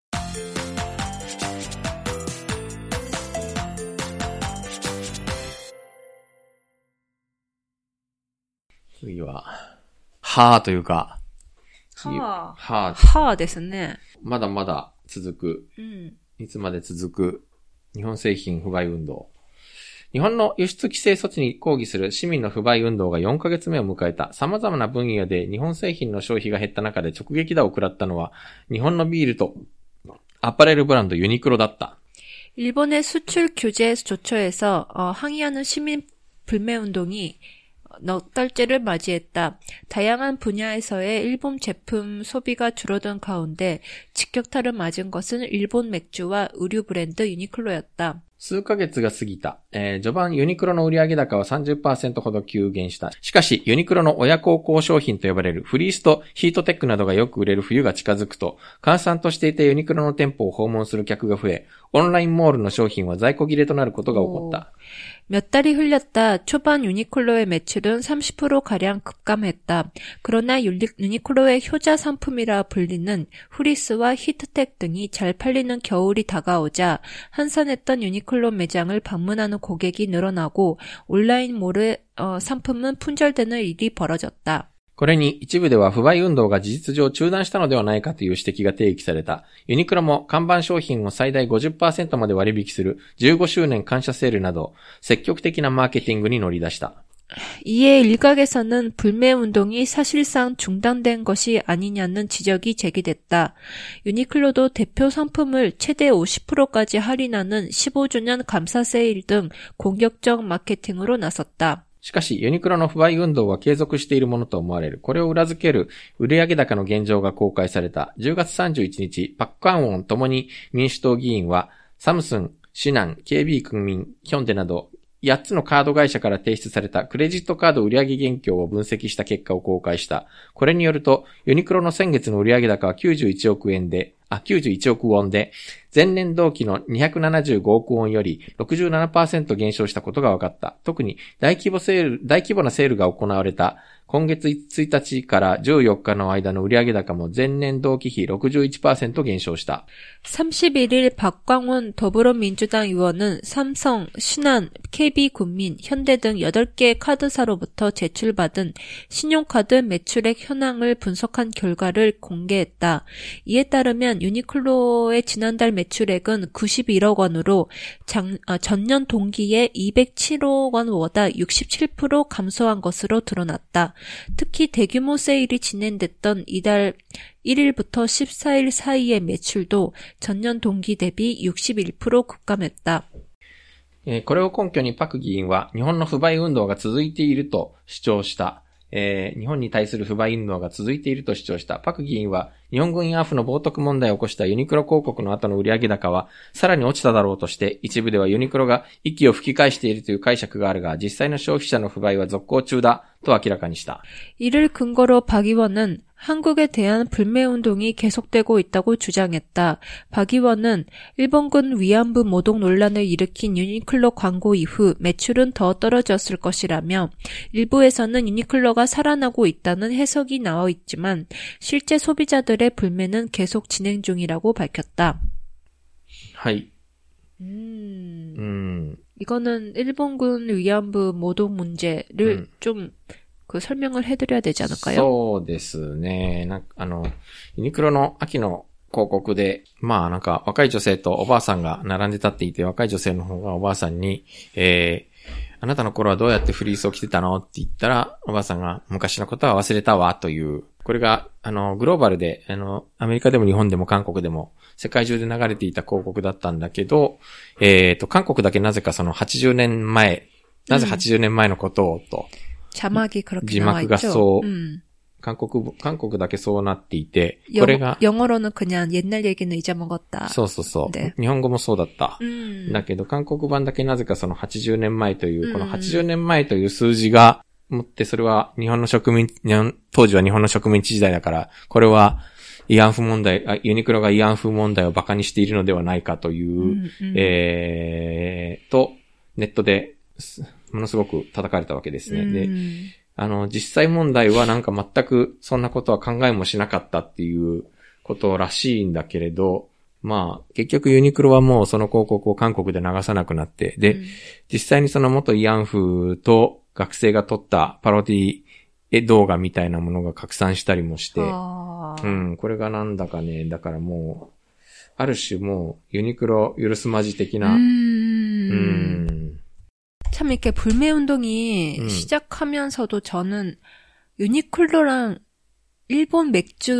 次は、はぁというか、 はぁ。 はぁ。 はぁですね。 まだまだ続く。 うん。 いつまで続く日本製品不買運動。日本の輸出規制措置に抗議する市民の不買運動がよんかげつめを迎えた。様々な分野で日本製品の消費が減った中で直撃打を食らったのは、日本のビールとアパレルブランドユニクロだった。 일본의 수출 규제 조처에서 어, 항의하는 시민 불매 운동이 넉 달째를 맞이했다. 다양한 분야에서의 일본 제품 소비가 줄어든 가운데 직격탄을 맞은 것은 일본 맥주와 의류 브랜드 유니클로였다. 数ヶ月が過ぎた。えー、序盤ユニクロの売上高は さんじゅっパーセント ほど急減した。しかし、ユニクロの親孝行商品と呼ばれるフリースとヒートテックなどがよく売れる冬が近づくと、閑散としていたユニクロの店舗を訪問する客が増え、オンラインモールの商品は在庫切れとなることが起こった。 몇 달이 흘렸다. 초반 유니클로의 매출은 삼십 퍼센트가량 급감했다. 그러나 유니클로의 효자 상품이라 불리는 후리스와 히트텍 등이 잘 팔리는 겨울이 다가오자 한산했던 유니클로 매장을 방문하는 고객이 늘어나고 온라인몰의 어, 상품은 품절되는 일이 벌어졌다. これに一部では不買運動が事実上中断したのではないかという指摘が提起された。ユニクロも看板商品を最大 ごじゅっパーセント まで割引するじゅうごしゅうねん感謝セールなど積極的なマーケティングに乗り出した。 이에 일각에서는 불매 운동이 사실상 중단된 것이 아니냐는 지적이 제기됐다. 유니클로도 대표 상품을 최대 오십 퍼센트까지 할인하는 십오 주년 감사 세일 등 공격적 마케팅으로 나섰다. しかし、ユニクロの不買運動は継続しているものと思われる。これを裏付ける売上高の現状が公開された。じゅうがつさんじゅういちにち、パクカンウォンともに民主党議員は、サムスン、シナン、ケービー クンミン、ヒョンデなど、やっつのカード会社から提出されたクレジットカード売上現況を分析した結果を公開した。これによると、ユニクロの先月の売上高はきゅうじゅういちおくえんで、あ、きゅうじゅういちおくウォンで、前年同期のにひゃくななじゅうごおくウォンより ろくじゅうななパーセント 減少したことが分かった。特に大規模セール、大規模なセールが行われた今月ついたちからじゅうよっかの間の売上高も前年同期比 ろくじゅういちパーセント 減少した。 삼십일 일 박광원 더불어민주당 의원은 삼성, 신한, 케이비군민, 현대 등 여덟 개 카드사로부터 제출받은 신용카드 매출액 현황을 분석한 결과를 공개했다. 이에 따르면 유니클로의 지난달 매출액은 구십일억 원으로 장, 아, 전년 동기에 이백칠억 원보다 육십칠 퍼센트 감소한 것으로 드러났다. 특히 대규모 세일이 진행됐던 이달 일 일부터 십사 일 사이의 매출도 전년 동기 대비 육십일 퍼센트 급감했다. これを根拠にパク議員は日本の不買運動が続いていると主張した。えー、日本に対する不買運動が続いていると主張した。パク議員は日本軍ヤーフの冒涜問題を起こしたユニクロ広告の後の売上高はさらに落ちただろうとして、一部ではユニクロが息を吹き返しているという解釈があるが、実際の消費者の不買は続行中だと明らかにした。 이를 근거로 박 의원은 한국에 대한 불매운동이 계속되고 있다고 주장했다. 박 의원은 일본군 위안부 모독 논란을 일으킨 유니클로 광고 이후 매출은 더 떨어졌을 것이라며 일부에서는 유니클로가 살아나고 있다는 해석이 나와 있지만 실제 소비자들의 불매는 계속 진행 중이라고 밝혔다. はい。 음, 음. 이거는 일본군 위안부 모독 문제를 음. 좀 그 설명을 해드려야 되지 않을까요? そうですね。なんかあの、ユニクロの秋の広告で、まあなんか若い女性とおばあさんが並んで立っていて、若い女性の方がおばあさんに、えー、あなたの頃はどうやってフリースを着てたのって言ったら、おばあさんが昔のことは忘れたわという、これが、あの、グローバルで、あの、アメリカでも日本でも韓国でも、世界中で流れていた広告だったんだけど、えーと、韓国だけなぜかそのはちじゅうねんまえ、なぜはちじゅうねんまえのことをと、 자막이 그렇게 字幕がそう、음. 韓国、韓国だけそうなっていて、これが、 영어로는 그냥 옛날 얘기는 잊어먹었다. そうそうそう。네. 日本語もそうだった。음. だけど、韓国版だけなぜかそのはちじゅうねんまえという、このはちじゅうねんまえという数字が、持って、それは日本の植民、当時は日本の植民地時代だから、これは、慰安婦問題、ユニクロが慰安婦問題を馬鹿にしているのではないかという、うんうん、えー、と、ネットで、ものすごく叩かれたわけですね。で、 あの、実際問題はなんか全くそんなことは考えもしなかったっていうことらしいんだけれど、まあ、結局ユニクロはもうその広告を韓国で流さなくなって、で、うん、実際にその元慰安婦と学生が撮ったパロディ動画みたいなものが拡散したりもして、うん、これがなんだかね、だからもう、ある種もうユニクロ許すまじ的な、うん、 참 이렇게 불매운동이 음. 시작하면서도 저는 유니클로랑 일본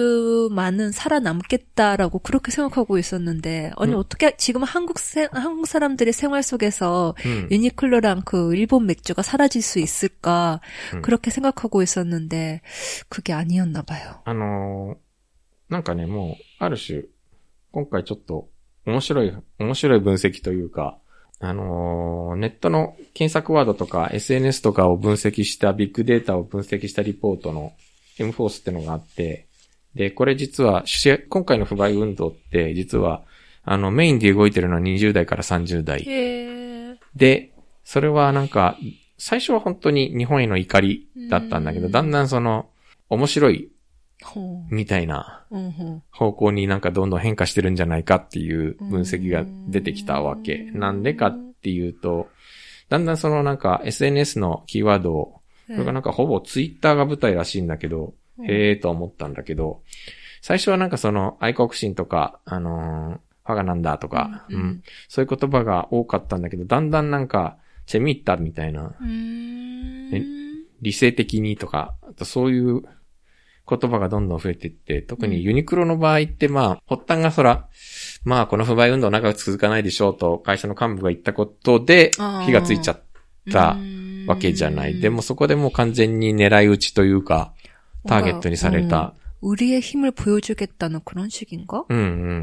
맥주만은 살아남겠다라고 그렇게 생각하고 있었는데 아니 음. 어떻게 지금 한국 세, 한국 사람들의 생활 속에서 음. 유니클로랑 그 일본 맥주가 사라질 수 있을까 음. 그렇게 생각하고 있었는데 그게 아니었나 봐요. あのなんかねもうある種今回ちょっと面白い面白い分析というかあのー、ネットの検索ワードとか エスエヌエス とかを分析したビッグデータを分析したリポートの エムフォース ってのがあって、で、これ実は、今回の不買運動って実は、あの、メインで動いてるのはにじゅう代からさんじゅう代。 へー。 で、それはなんか、最初は本当に日本への怒りだったんだけど、だんだんその、面白い、みたいな方向になんかどんどん変化してるんじゃないかっていう分析が出てきたわけ。なんでかっていうと、だんだんそのなんか エスエヌエス のキーワードを、これがなんかほぼツイッターが舞台らしいんだけど、へーと思ったんだけど、最初はなんかその愛国心とか、あのー、我がなんだとか、うんうん、そういう言葉が多かったんだけど、だんだんなんか、チェミッタみたいな、ね、理性的にとか、あとそういう言葉がどんどん増えていって、特にユニクロの場合ってまあ、発端がそら、まあこの不買運動長く続かないでしょうと会社の幹部が言ったことで火がついちゃったわけじゃない。でもそこでもう完全に狙い撃ちというか、ターゲットにされた。 우리의 힘을 보여주겠다는 그런 식인가? うんうんうんうん。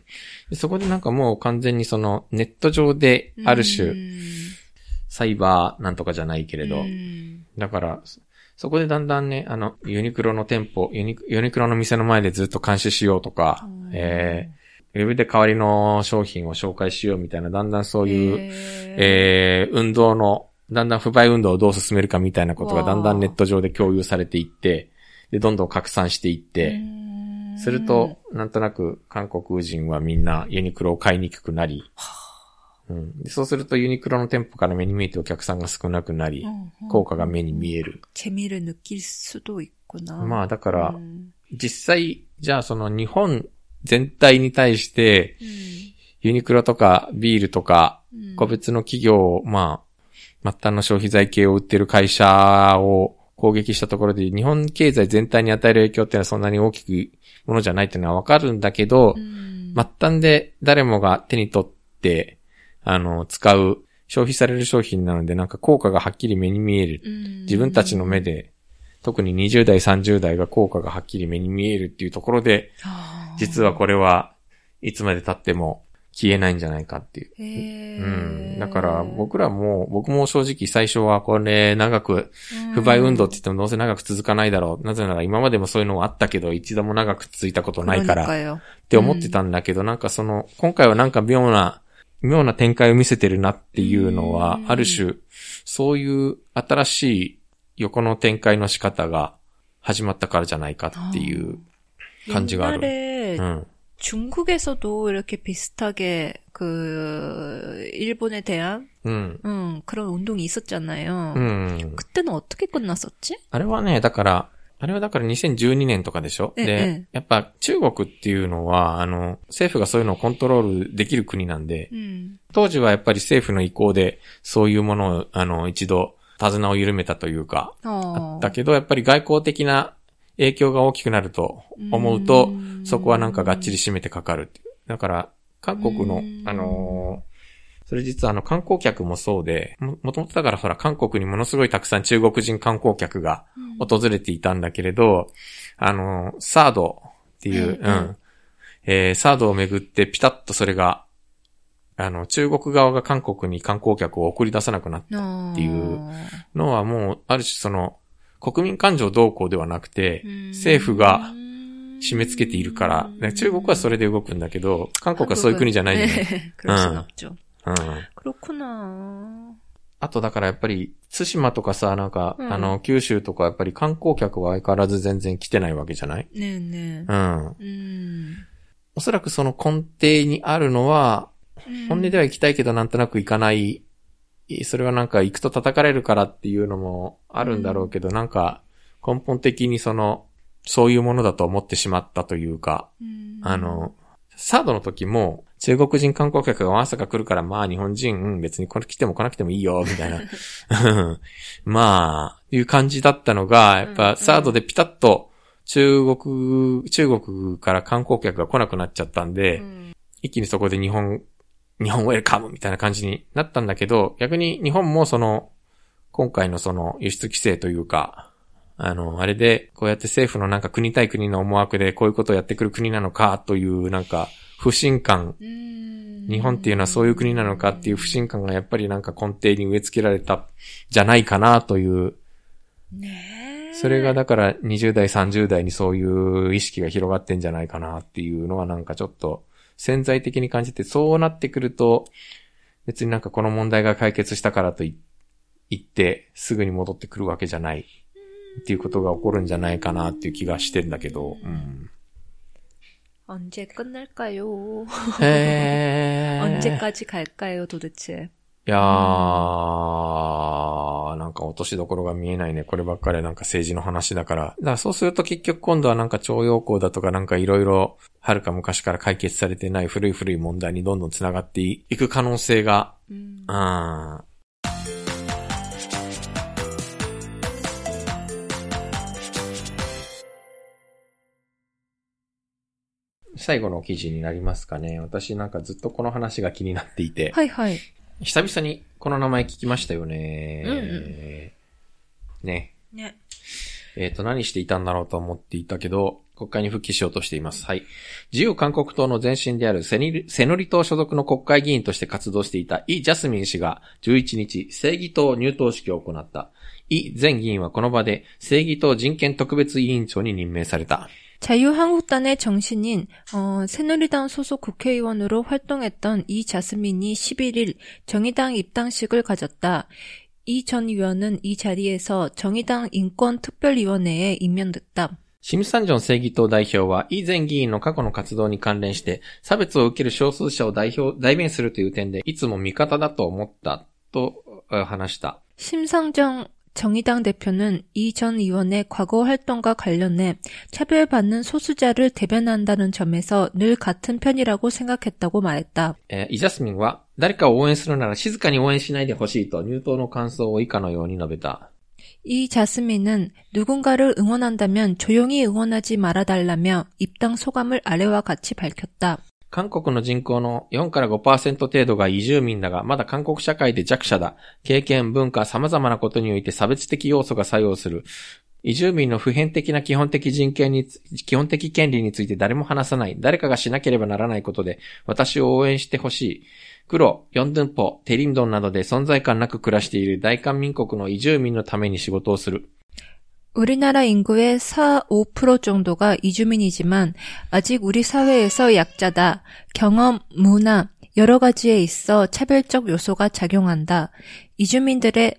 うん、そこでなんかもう完全にそのネット上である種、サイバーなんとかじゃないけれど、だから、そこでだんだんね、あの、ユニクロの店舗、ユニ、ユニクロの店の前でずっと監視しようとか、えー、ウェブで代わりの商品を紹介しようみたいな、だんだんそういう、えー、運動の、だんだん不買運動をどう進めるかみたいなことがだんだんネット上で共有されていって、で、どんどん拡散していって、すると、なんとなく韓国人はみんなユニクロを買いにくくなり、うん、でそうするとユニクロの店舗から目に見えてお客さんが少なくなり、効果が目に見える。 재미를 느낄 수도 있구나。 まあだから、実際、じゃあその日本全体に対して、ユニクロとかビールとか、個別の企業、まあ、末端の消費財系を売ってる会社を攻撃したところで、日本経済全体に与える影響っていうのはそんなに大きくものじゃないっていうのはわかるんだけど、末端で誰もが手に取って、あの、使う、消費される商品なので、なんか効果がはっきり目に見える。自分たちの目で、特ににじゅう代、さんじゅう代が効果がはっきり目に見えるっていうところで、実はこれはいつまで経っても消えないんじゃないかっていう。 へー。 うん。だから僕らも、僕も正直最初はこれ長く、不買運動って言ってもどうせ長く続かないだろう。なぜなら今までもそういうのはあったけど、一度も長く続いたことないから、って思ってたんだけど、なんかその、今回はなんか妙な、妙な展開を見せてるなっていうのは、ある種、そういう新しい横の展開の仕方が始まったからじゃないかっていう感じがある。 うん중국에서도 이렇게 비슷하게 그 일본에 대한 음. 음, 그런 운동이 있었잖아요. 음. 그때는 어떻게 끝났었지? あれはね、だから、あれはだからにせんじゅうにねんとかでしょ、 ええ、 で、やっぱ中国っていうのは、あの、政府がそういうのをコントロールできる国なんで、 うん、 当時はやっぱり政府の意向でそういうものを、あの、一度手綱を緩めたというか、あったけど、やっぱり外交的な影響が大きくなると思うと、うそこはなんかがっちり締めてかかるっていう。だから、韓国の、あのー、それ実はあの観光客もそうで、も、もともとだからほら韓国にものすごいたくさん中国人観光客が訪れていたんだけれど、うん、あのー、サードっていう、うん、うん、えー、サードをめぐってピタッとそれが、あの、中国側が韓国に観光客を送り出さなくなったっていうのはもう、ある種その、国民感情動向ではなくて、政府が締め付けているから、中国はそれで動くんだけど、韓国はそういう国じゃないじゃない。 그럴 순 없죠. 응. 그렇구나. あとだからやっぱり、対馬とかさ、なんか、うん、あの、九州とかやっぱり観光客は相変わらず全然来てないわけじゃない？ ねえねえ。うん。うん。おそらくその根底にあるのは、うん、本音では行きたいけどなんとなく行かない、それはなんか行くと叩かれるからっていうのもあるんだろうけど、うん、なんか根本的にその、そういうものだと思ってしまったというか、うん、あの、サードの時も中国人観光客がまさか来るからまあ日本人別にこれ来ても来なくてもいいよ、みたいな。まあ、いう感じだったのが、やっぱサードでピタッと中国、中国から観光客が来なくなっちゃったんで、うん、一気にそこで日本、日本ウェルカムみたいな感じになったんだけど、逆に日本もその、今回のその輸出規制というか、あの、あれで、こうやって政府のなんか国対国の思惑でこういうことをやってくる国なのかというなんか不信感、日本っていうのはそういう国なのかっていう不信感がやっぱりなんか根底に植え付けられたじゃないかなという。ねえ。それがだからにじゅう代、さんじゅう代にそういう意識が広がってんじゃないかなっていうのはなんかちょっと潜在的に感じて、そうなってくると別になんかこの問題が解決したからといってすぐに戻ってくるわけじゃないっていうことが起こるんじゃないかなっていう気がしてんだけど、うん。 언제 끝날까요? 에... 언제까지 갈까요, 도대체? いやー、なんか落としどころが見えないね。こればっかりなんか政治の話だから。だからそうすると結局今度はなんか徴用工だとかなんかいろいろ遥か昔から解決されてない古い古い問題にどんどんつながっていく可能性が、うん、あー最後の記事になりますかね。私なんかずっとこの話が気になっていて。 はいはい。 久々にこの名前聞きましたよね。うんうん、ね。ね。えっと、何していたんだろうと思っていたけど、国会に復帰しようとしています。はい。自由韓国党の前身であるセニセノリ党所属の国会議員として活動していたイ・ジャスミン氏がじゅういちにち、正義党入党式を行った。イ前議員はこの場で正義党人権特別委員長に任命された。 자유한국당의 정신인 어, 새누리당 소속 국회의원으로 활동했던 이 자스민이 십일 일 정의당 입당식을 가졌다. 이 전 의원은 이 자리에서 정의당 인권특별위원회에 임명됐다. 심산전正義党代表はイ前議員の過去の活動に関連して差別を受ける少数者を代表代弁するという点でいつも味方だと思ったと話した。 심상정 정의당 대표는 이 전 의원의 과거 활동과 관련해 차별받는 소수자를 대변한다는 점에서 늘 같은 편이라고 생각했다고 말했다. 이ジャスミンは誰かを応援するなら静かに応援しないでほしいと入党の感想を以下のように述べた。 이 자스민은 누군가를 응원한다면 조용히 응원하지 말아달라며 입당 소감을 아래와 같이 밝혔다. 韓国の人口のよんからごパーセント 程度が移住民だが、まだ韓国社会で弱者だ。経験、文化、様々なことにおいて差別的要素が作用する。移住民の普遍的な基本的人権に、基本的権利について誰も話さない。誰かがしなければならないことで、私を応援してほしい。黒、ヨンドゥンポ、テリンドンなどで存在感なく暮らしている大韓民国の移住民のために仕事をする。 우리나라 인구의 사, 오 퍼센트 정도가 이주민이지만 아직 우리 사회에서 약자다. 경험, 문화, 여러 가지에 있어 차별적 요소가 작용한다. 이주민들의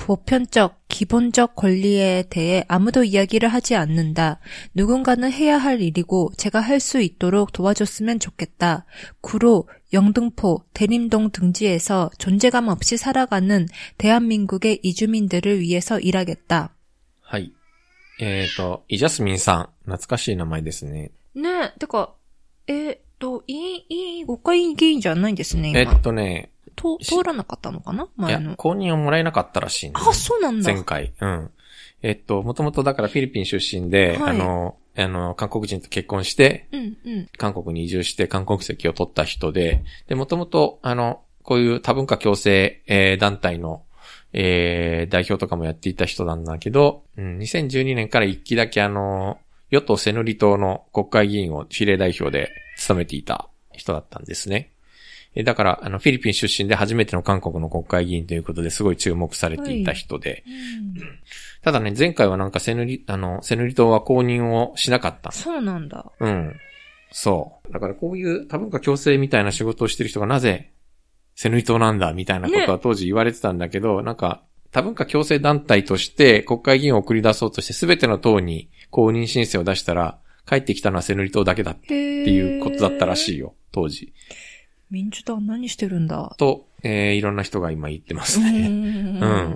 보편적, 기본적 권리에 대해 아무도 이야기를 하지 않는다. 누군가는 해야 할 일이고 제가 할 수 있도록 도와줬으면 좋겠다. 구로, 영등포, 대림동 등지에서 존재감 없이 살아가는 대한민국의 이주민들을 위해서 일하겠다. はい。えっと、イ・ジャスミンさん、懐かしい名前ですね。 ねえ、てか、えー、っと、いい、いい、国会議員じゃないんですね、今。 えっとね、 と、通らなかったのかな前の。 いや、公認をもらえなかったらしいんです。 あ、そうなんだ。 前回。うん。えっと、もともとだからフィリピン出身で、はい、あの、あの、韓国人と結婚して、うんうん、韓国に移住して韓国籍を取った人で、で、もともと、あの、こういう多文化共生、えー、団体の、えー、代表とかもやっていた人なんだけど、うん、にせんじゅうにねんから一期だけあの、与党セヌリ党の国会議員を比例代表で務めていた人だったんですね。えだから、あの、フィリピン出身で初めての韓国の国会議員ということですごい注目されていた人で。はいうん、ただね、前回はなんかセヌリ、あの、セヌリ党は公認をしなかった。 そうなんだ。 うん。そう。だからこういう多文化共生みたいな仕事をしている人がなぜセヌイ島なんだ、みたいなことは当時言われてたんだけど、ね、なんか、多文化共生団体として国会議員を送り出そうとして全ての党に公認申請を出したら、帰ってきたのはセヌリ島だけだっていうことだったらしいよ、当時。 民主党何してるんだと、えー、いろんな人が今言ってますね。うん。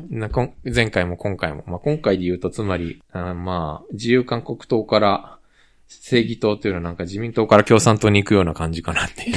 なこん前回も今回も。まあ、今回で言うと、つまり、あまあ、自由韓国党から正義党というのはなんか自民党から共産党に行くような感じかなっていう。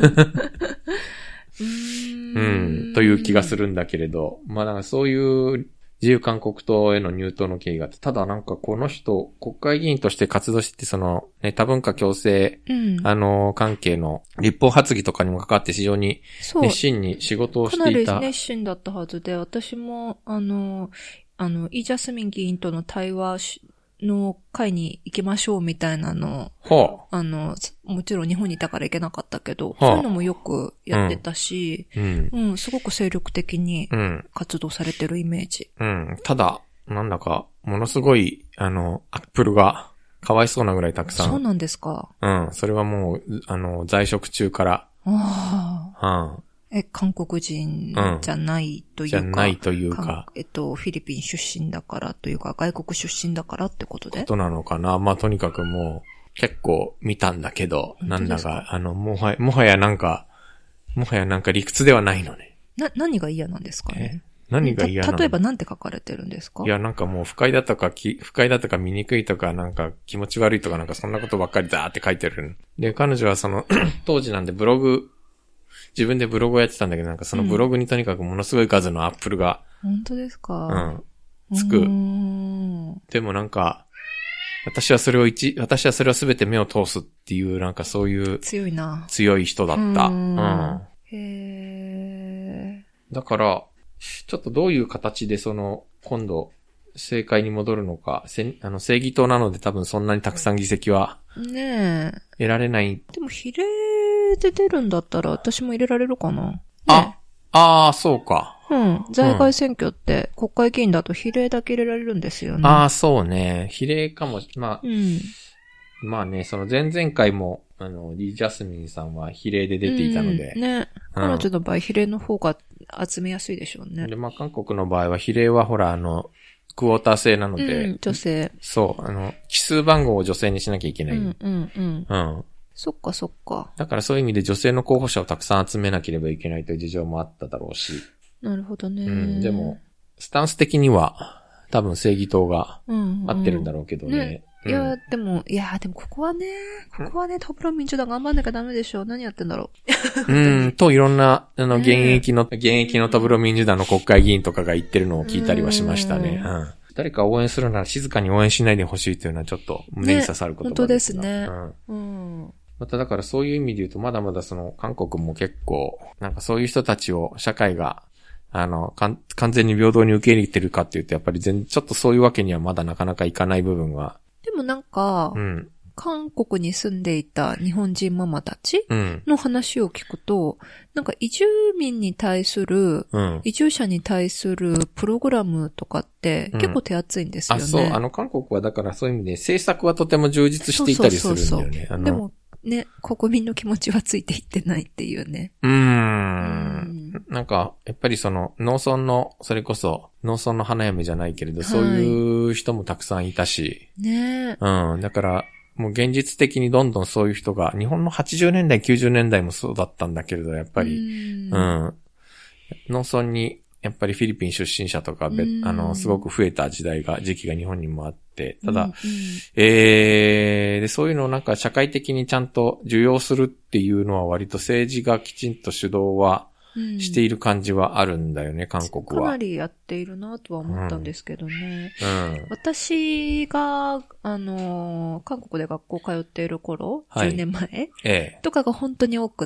うーん。という気がするんだけれど、まあなんかそういう自由韓国党への入党の経緯があって、ただなんかこの人、国会議員として活動して、その、ね、多文化共生、うん、あの、関係の立法発議とかにも関わって非常に熱心に仕事をしていた。 かなり熱心だったはずで、私も、あの、あの、イ・ジャスミン議員との対話の会に行きましょうみたいなの、はあ、あの、もちろん日本にいたから行けなかったけど、はあ、そういうのもよくやってたし、うん、うん、すごく精力的に活動されてるイメージ。 うん、うん、ただ、なんだか、ものすごい、あの、アップルが、かわいそうなぐらいたくさん。 そうなんですか。 うん、それはもう、あの、在職中から、ああ。うんえ、韓国人じゃないというか、うん、 じゃないというか、 えっと、フィリピン出身だからというか、外国出身だからってことでことなのかな。まあ、とにかくもう、結構見たんだけど、なんだか、あの、もはや、もはやなんか、もはやなんか理屈ではないのね。 な、何が嫌なんですかね。 何が嫌なの？ 例えばなんて書かれてるんですか？ いや、なんかもう不快だとか、不快だとか見にくいとか、なんか気持ち悪いとかなんかそんなことばっかりだーって書いてる。で、彼女はその、当時なんでブログ、自分でブログをやってたんだけど、なんかそのブログにとにかくものすごい数のアップルが、 うん、本当ですか？ うん。つく。でもなんか、私はそれを一、私はそれをすべて目を通すっていう、なんかそういう。 強いな。 強い人だった。うん。うん、 へー。だから、ちょっとどういう形でその、今度、政界に戻るのか、せあの正義党なので多分そんなにたくさん議席は、ねえ。得られない。 でも比例で出るんだったら私も入れられるかな、ね、 あ、ああ、そうか。 うん。在外選挙って国会議員だと比例だけ入れられるんですよね。 ああ、そうね。比例かも、まあ、うん、まあね、その前々回も、あの、リー・ジャスミンさんは比例で出ていたので。 うん、ね。彼女の場合比例の方が集めやすいでしょうね。 で、まあ韓国の場合は比例はほら、あの、クォーター制なので、 うん、女性。 そう、あの、奇数番号を女性にしなきゃいけない。 うんうんうん。うん。そっかそっか。 だからそういう意味で女性の候補者をたくさん集めなければいけないという事情もあっただろうし。 なるほどね。 うん、でも、スタンス的には、多分正義党が合ってるんだろうけどね。うんうんねいや、でも、いや、でもここはね、ここはね、トプロ民主党頑張んなきゃダメでしょ。何やってんだろう。うん、といろんな、あの、現役の、現役のトプロ民主党の国会議員とかが言ってるのを聞いたりはしましたね。うん。誰か応援するなら静かに応援しないでほしいというのはちょっと胸に刺さることが、ね、本当ですね。 うん。うん。まただからそういう意味で言うと、まだまだその、韓国も結構、なんかそういう人たちを社会が、あの、かん、完全に平等に受け入れてるかっていうと、やっぱり全、ちょっとそういうわけにはまだなかなかいかない部分は、 でもなんか、うん、韓国に住んでいた日本人ママたちの話を聞くと、うん、なんか移住民に対する、うん、移住者に対するプログラムとかって結構手厚いんですよね。うん、あ、 そう。あの韓国はだからそういう意味で政策はとても充実していたりするんだよね。そうそうそうでもね、国民の気持ちはついていってないっていうね。 うーん。うんなんか、やっぱりその、農村の、それこそ、農村の花嫁じゃないけれど、はい、そういう人もたくさんいたし。 ねうん。だから、もう現実的にどんどんそういう人が、日本のはちじゅうねんだい、きゅうじゅうねんだいもそうだったんだけれど、やっぱり、うん,、うん。農村に、やっぱりフィリピン出身者とか、あの、すごく増えた時代が、時期が日本にもあって、ただ、うんうん、えー、で、そういうのをなんか社会的にちゃんと受容するっていうのは割と政治がきちんと主導はしている感じはあるんだよね、うん、韓国は。 かなりやっているなとは思ったんですけどね。うんうん、私が、あの、韓国で学校通っている頃、はい、じゅうねんまえ、ええ、とかが本当に多くって、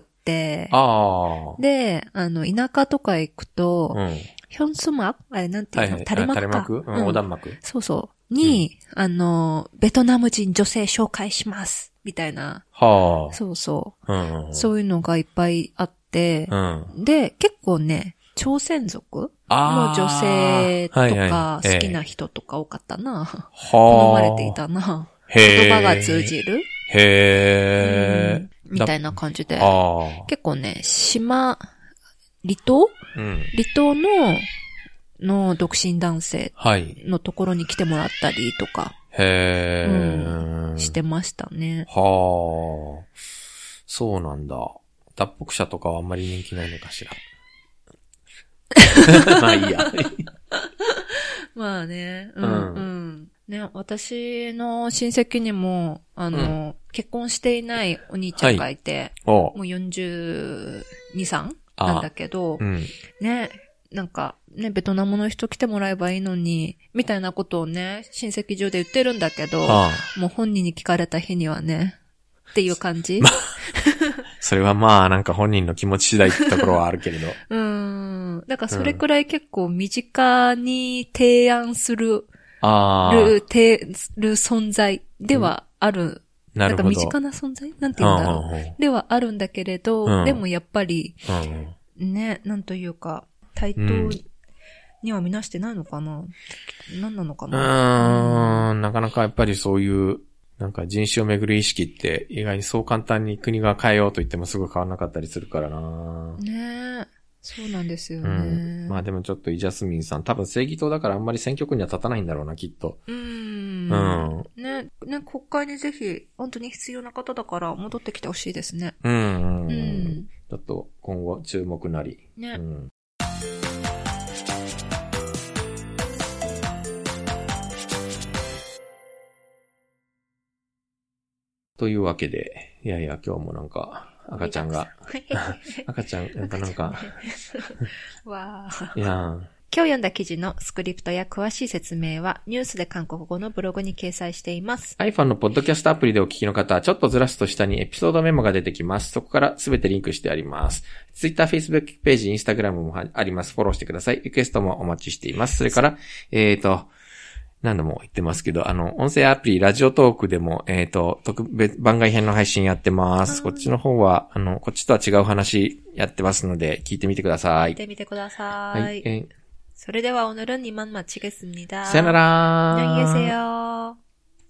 あで、あの、田舎とか行くと、うんヒョンスマあれなんていうの、はいはい、垂れ幕か。垂れ幕、 うん、横断幕。 そうそう。に、うん、あの、ベトナム人女性紹介します。みたいな。はあ。そうそう、うんうん。そういうのがいっぱいあって、うん、で、結構ね、朝鮮族の女性とか好きな人とか多かったな。はいはい、好まれていたな。言葉が通じるへー、うん。みたいな感じで。結構ね、島、 離島、 うん、 離島の、の独身男性のところに来てもらったりとか、 へー、 うん、してましたね。 はあ、そうなんだ。脱北者とかはあんまり人気ないのかしら。まあいいや。 まあね、うん、うん、うん。ね、私の親戚にも、あの、うん、結婚していないお兄ちゃんがいて、はい、もうよんじゅうに、さんなんだけど、うん、ね、なんか、ね、ベトナムの人来てもらえばいいのに、みたいなことをね、親戚中で言ってるんだけど、はあ、もう本人に聞かれた日にはね、っていう感じ、ま、 それはまあ、なんか本人の気持ち次第ってところはあるけれど。 うーん。だからそれくらい結構身近に提案する、ある、てる存在ではある。うん、なるほど。なんか身近な存在なんて言うんだろう。うんうん、ではあるんだけれど、うん、でもやっぱり、うん、ね、なんというか、対等には見なしてないのかな、うん、何なのかな、うーん、なかなかやっぱりそういう、なんか人種をめぐる意識って意外にそう簡単に国が変えようと言ってもすぐ変わらなかったりするからな。 ねえ。そうなんですよね。うん、 まあでもちょっとイジャスミンさん、多分正義党だからあんまり選挙区には立たないんだろうな、きっと。 うーん。うん。ね、ね、国会にぜひ、本当に必要な方だから戻ってきてほしいですね。 うん。うん。ちょっと今後注目なり。 ね。うん。 というわけで、いやいや今日もなんか赤ちゃんが、赤ちゃん、やっぱなんか、 わー。いやー今日読んだ記事のスクリプトや詳しい説明はニュースで韓国語のブログに掲載しています。 iPhone のポッドキャストアプリでお聞きの方はちょっとずらすと下にエピソードメモが出てきます。そこからすべてリンクしてあります。Twitter、Facebook ページ、Instagram もあります。フォローしてください。リクエストもお待ちしています。それから、えーと、何度も言ってますけど、あの、音声アプリ、ラジオトークでも、えっと、特別、番外編の配信やってます。こっちの方は、あの、こっちとは違う話やってますので、聞いてみてください。 聞いてみてください。 はい。えー、 それでは오늘은 이만 마치겠습니다。 さよなら。 안녕히 계세요。